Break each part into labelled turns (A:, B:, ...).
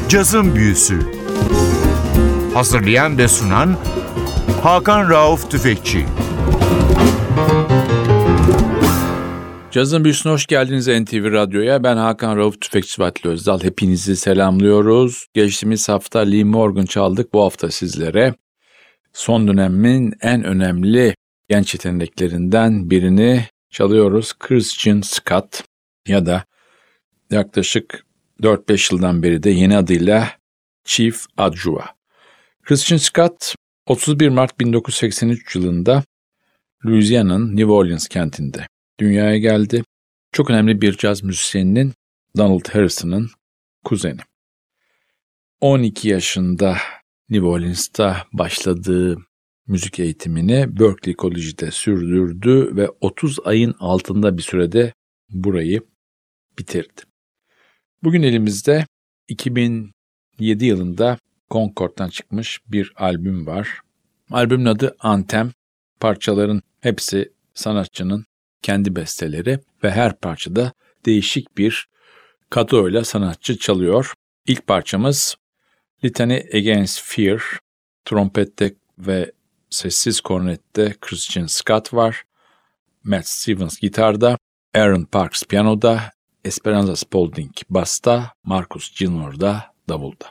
A: Cazın Büyüsü. Hazırlayan ve sunan Hakan Rauf Tüfekçi.
B: Cazın Büyüsü'ne hoş geldiniz NTV Radyo'ya. Ben Hakan Rauf Tüfekçi Vatli Özdal. Hepinizi selamlıyoruz. Geçtiğimiz hafta Lee Morgan çaldık. Bu hafta sizlere son dönemin en önemli genç yeteneklerinden birini çalıyoruz. Christian Scott ya da yaklaşık 4-5 yıldan beri de yeni adıyla Chief Adjua. Christian Scott 31 Mart 1983 yılında Louisiana'nın New Orleans kentinde dünyaya geldi. Çok önemli bir caz müzisyeninin Donald Harrison'ın kuzeni. 12 yaşında New Orleans'ta başladığı müzik eğitimini Berklee College'de sürdürdü ve 30 ayın altında bir sürede burayı bitirdi. Bugün elimizde 2007 yılında Concord'dan çıkmış bir albüm var. Albümün adı Anthem. Parçaların hepsi sanatçının kendi besteleri ve her parçada değişik bir kadroyla sanatçı çalıyor. İlk parçamız Litany Against Fear. Trompette ve sessiz kornette Christian Scott var. Matt Stevens gitarda, Aaron Parks piyanoda, Esperanza Spalding basta, Marcus Gilmore da davulda.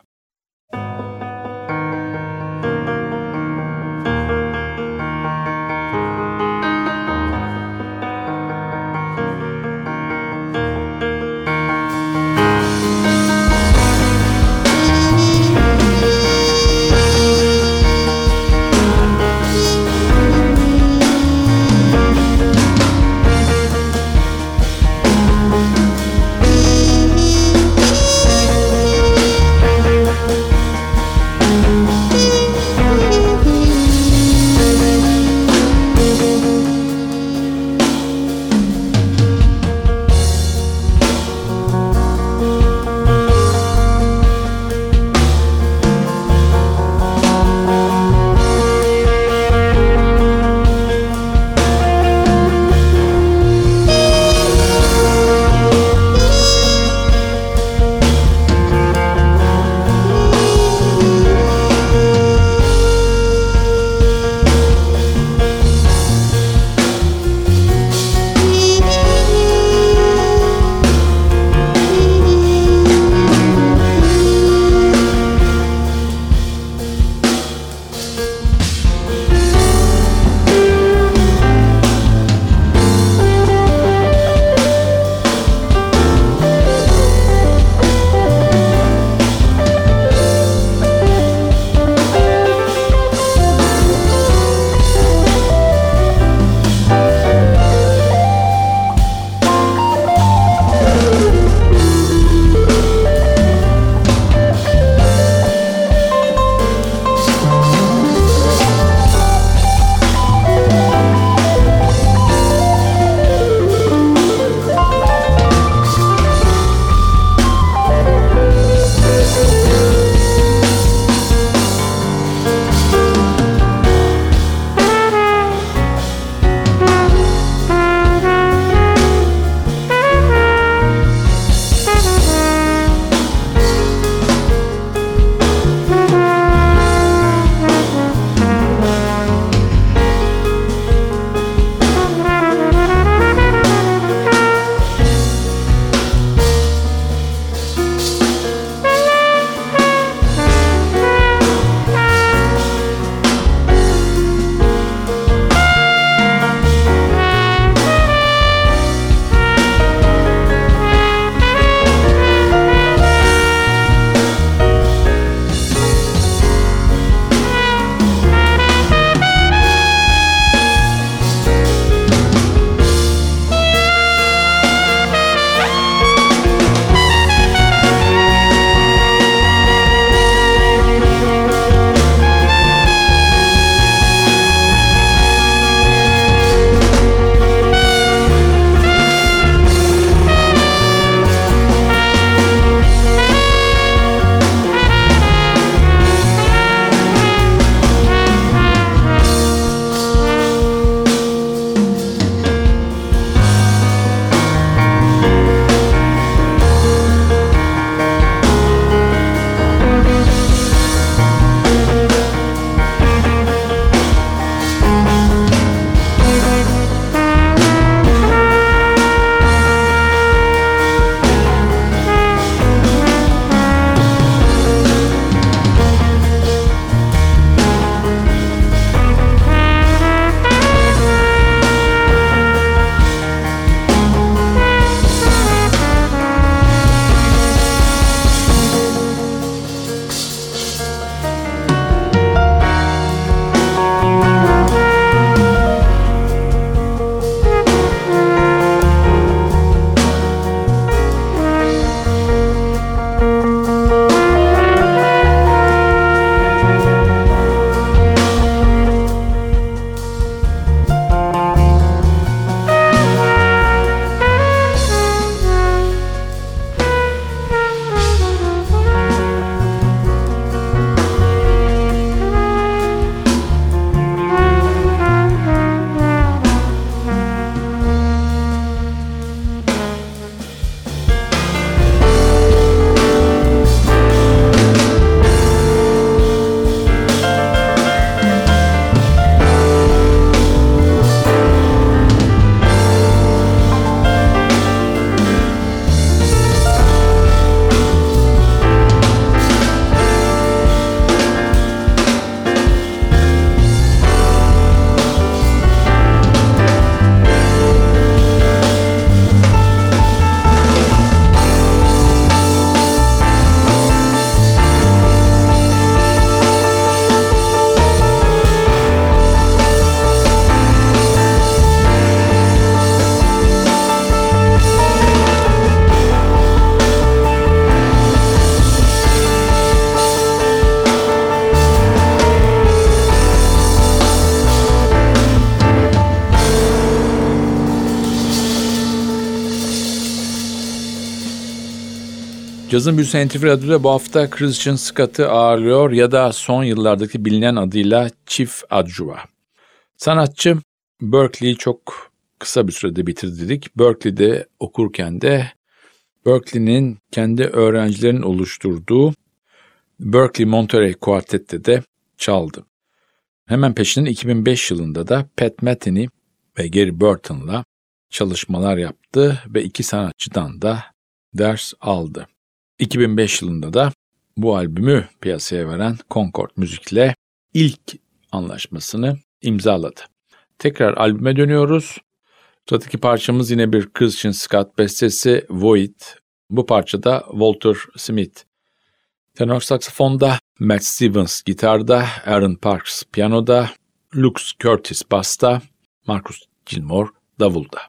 B: Cazın Büyüsü NTV Radyo'da bu hafta Christian Scott'ı ağırlıyor ya da son yıllardaki bilinen adıyla Chief Adjua. Sanatçı Berklee'yi çok kısa bir sürede bitirdi dedik. Berkeley'de okurken de Berkeley'nin kendi öğrencilerinin oluşturduğu Berkeley Monterey Quartet'te de çaldı. Hemen peşinden 2005 yılında da Pat Metheny ve Gary Burton'la çalışmalar yaptı ve iki sanatçıdan da ders aldı. 2005 yılında da bu albümü piyasaya veren Concord Müzik'le ilk anlaşmasını imzaladı. Tekrar albüme dönüyoruz. Sıradaki parçamız yine bir Christian Scott bestesi Void. Bu parçada Walter Smith tenor saksafonda, Matt Stevens gitarda, Aaron Parks piyanoda, Lux Curtis basta, Marcus Gilmore davulda.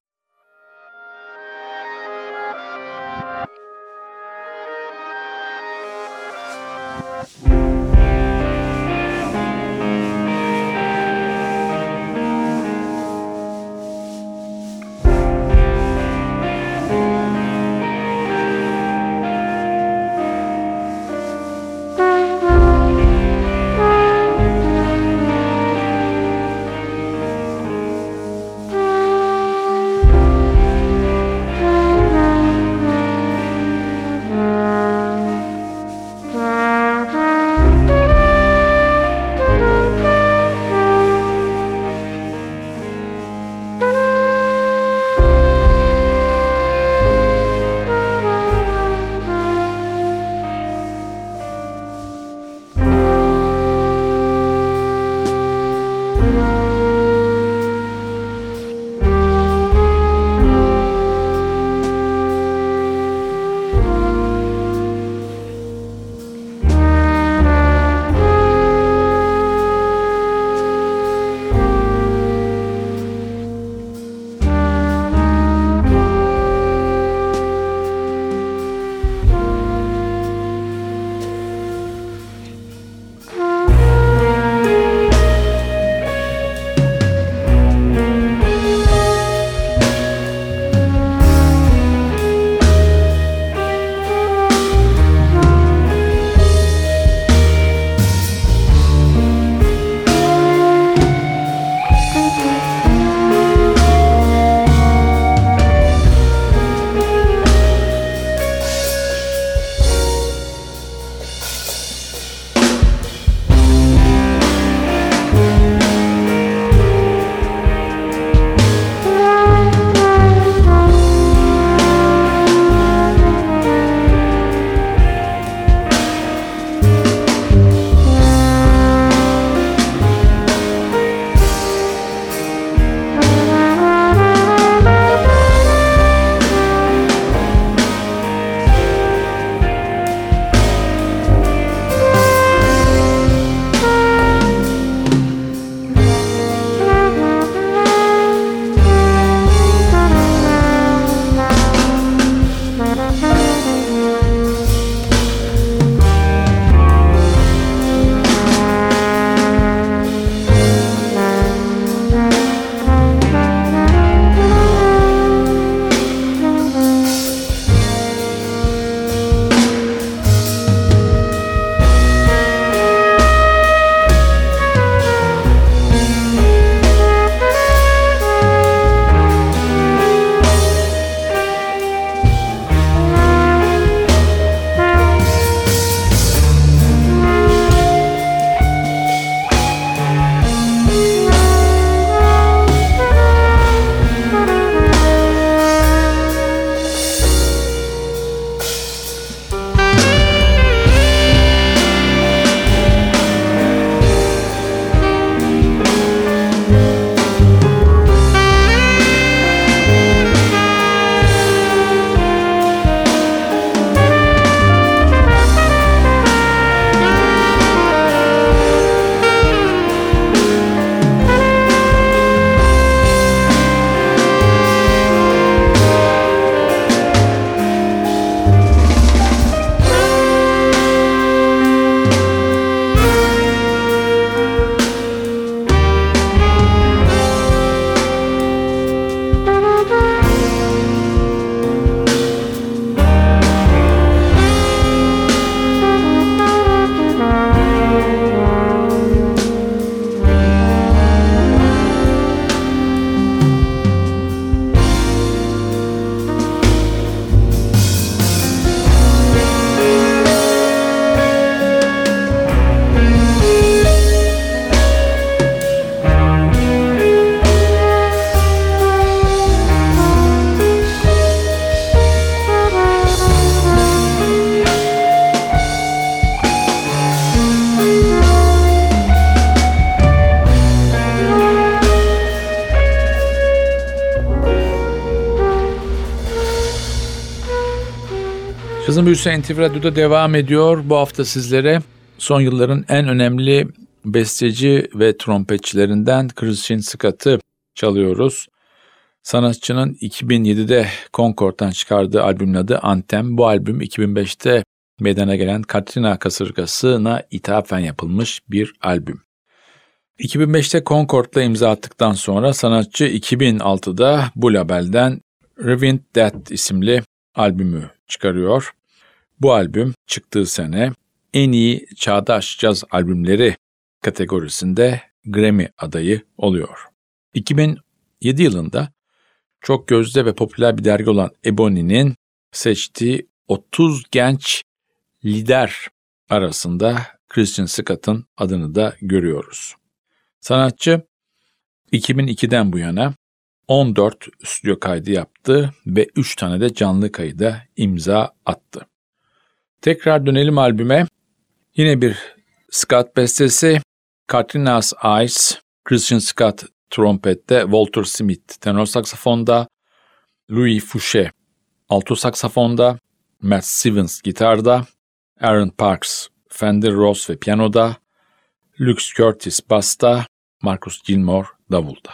B: Cazın Büyüsü NTV Radyo'da devam ediyor. Bu hafta sizlere son yılların en önemli besteci ve trompetçilerinden Christian Scott'ı çalıyoruz. Sanatçının 2007'de Concord'dan çıkardığı albümün adı Anthem. Bu albüm 2005'te meydana gelen Katrina kasırgasına ithafen yapılmış bir albüm. 2005'te Concord'la imza attıktan sonra sanatçı 2006'da bu labelden Rewind That isimli albümü çıkarıyor. Bu albüm çıktığı sene en iyi çağdaş caz albümleri kategorisinde Grammy adayı oluyor. 2007 yılında çok gözde ve popüler bir dergi olan Ebony'nin seçtiği 30 genç lider arasında Christian Scott'ın adını da görüyoruz. Sanatçı 2002'den bu yana 14 stüdyo kaydı yaptı ve 3 tane de canlı kayıda imza attı. Tekrar dönelim albüme. Yine bir Scott bestesi, Katrina's Eyes, Christian Scott trompette, Walter Smith tenor saksafonda, Louis Fouché alto saksafonda, Matt Stevens gitarda, Aaron Parks Fender Rhodes ve piyanoda, Lux Curtis basta, Marcus Gilmore davulda.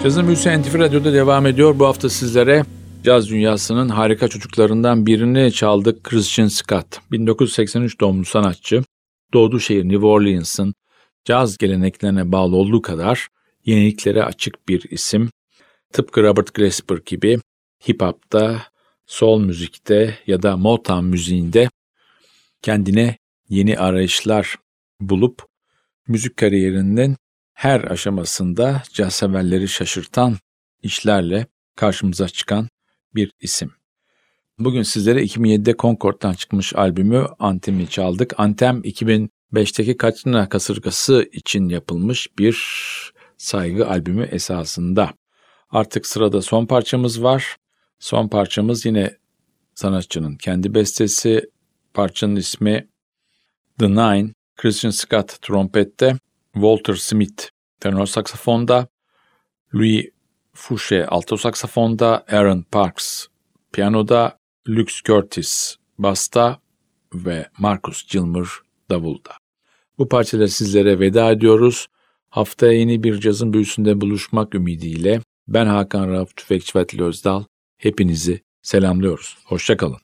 B: Cazın Büyüsü NTV Radyo'da devam ediyor. Bu hafta sizlere caz dünyasının harika çocuklarından birini çaldık. Christian Scott, 1983 doğumlu sanatçı. Doğduğu şehir New Orleans'ın caz geleneklerine bağlı olduğu kadar yeniliklere açık bir isim. Tıpkı Robert Glasper gibi hip hop'ta, soul müzikte ya da Motown müziğinde kendine yeni arayışlar bulup müzik kariyerinin her aşamasında caz severleri şaşırtan işlerle karşımıza çıkan bir isim. Bugün sizlere 2007'de Concord'dan çıkmış albümü Anthem'i çaldık. Anthem 2005'teki Katrina kasırgası için yapılmış bir saygı albümü esasında. Artık sırada son parçamız var. Son parçamız yine sanatçının kendi bestesi. Parçanın ismi The Nine. Christian Scott trompette, Walter Smith tenor saksafonda, Louis Fouché alto saksafonda, Aaron Parks piyanoda, Lux Curtis basta ve Marcus Gilmour davulda. Bu parçayla sizlere veda ediyoruz. Haftaya yeni bir cazın büyüsünde buluşmak ümidiyle ben Hakan Rauf Tüfekçi ve Atli Özdal. Hepinizi selamlıyoruz. Hoşça kalın.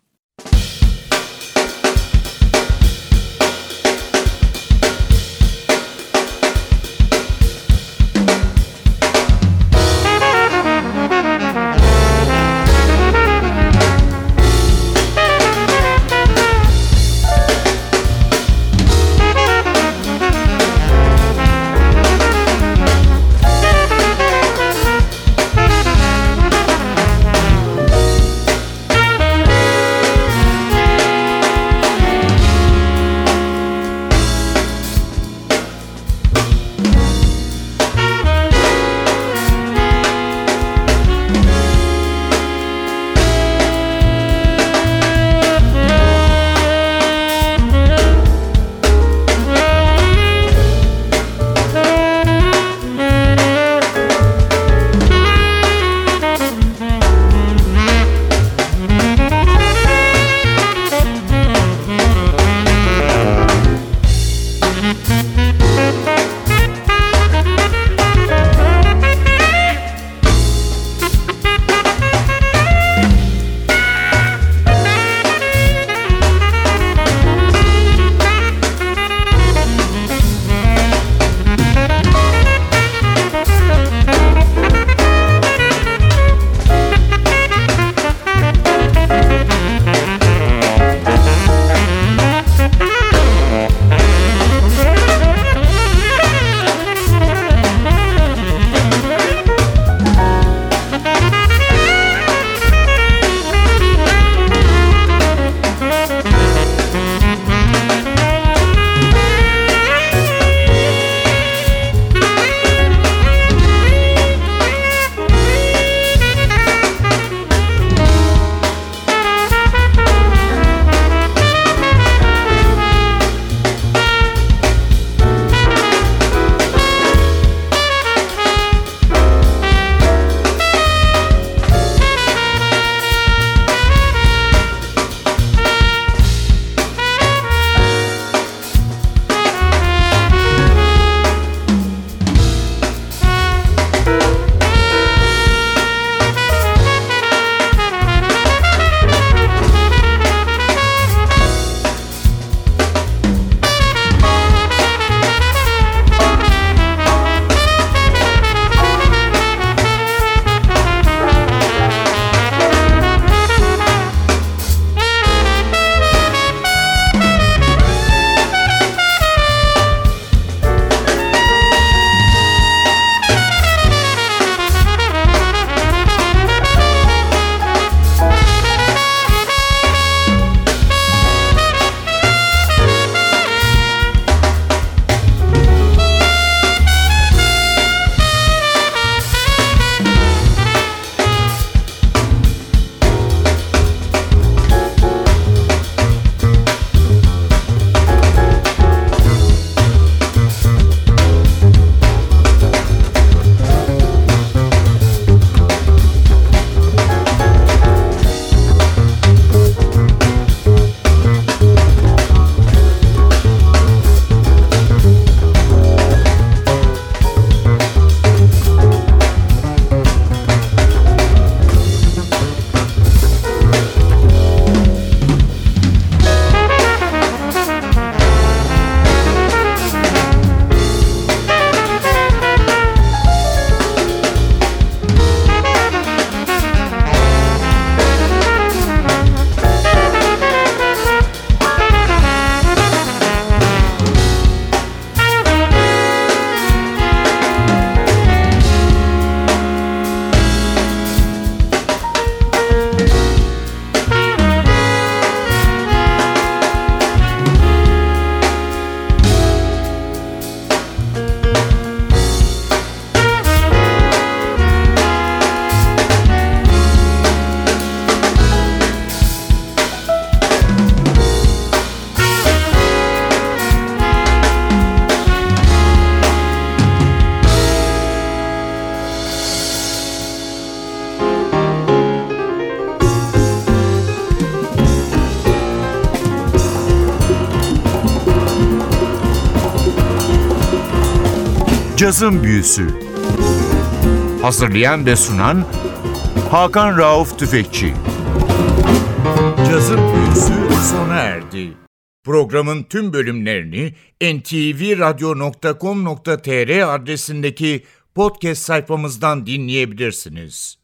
A: Cazın Büyüsü. Hazırlayan ve sunan Hakan Rauf Tüfekçi. Cazın Büyüsü sona erdi. Programın tüm bölümlerini ntvradio.com.tr adresindeki podcast sayfamızdan dinleyebilirsiniz.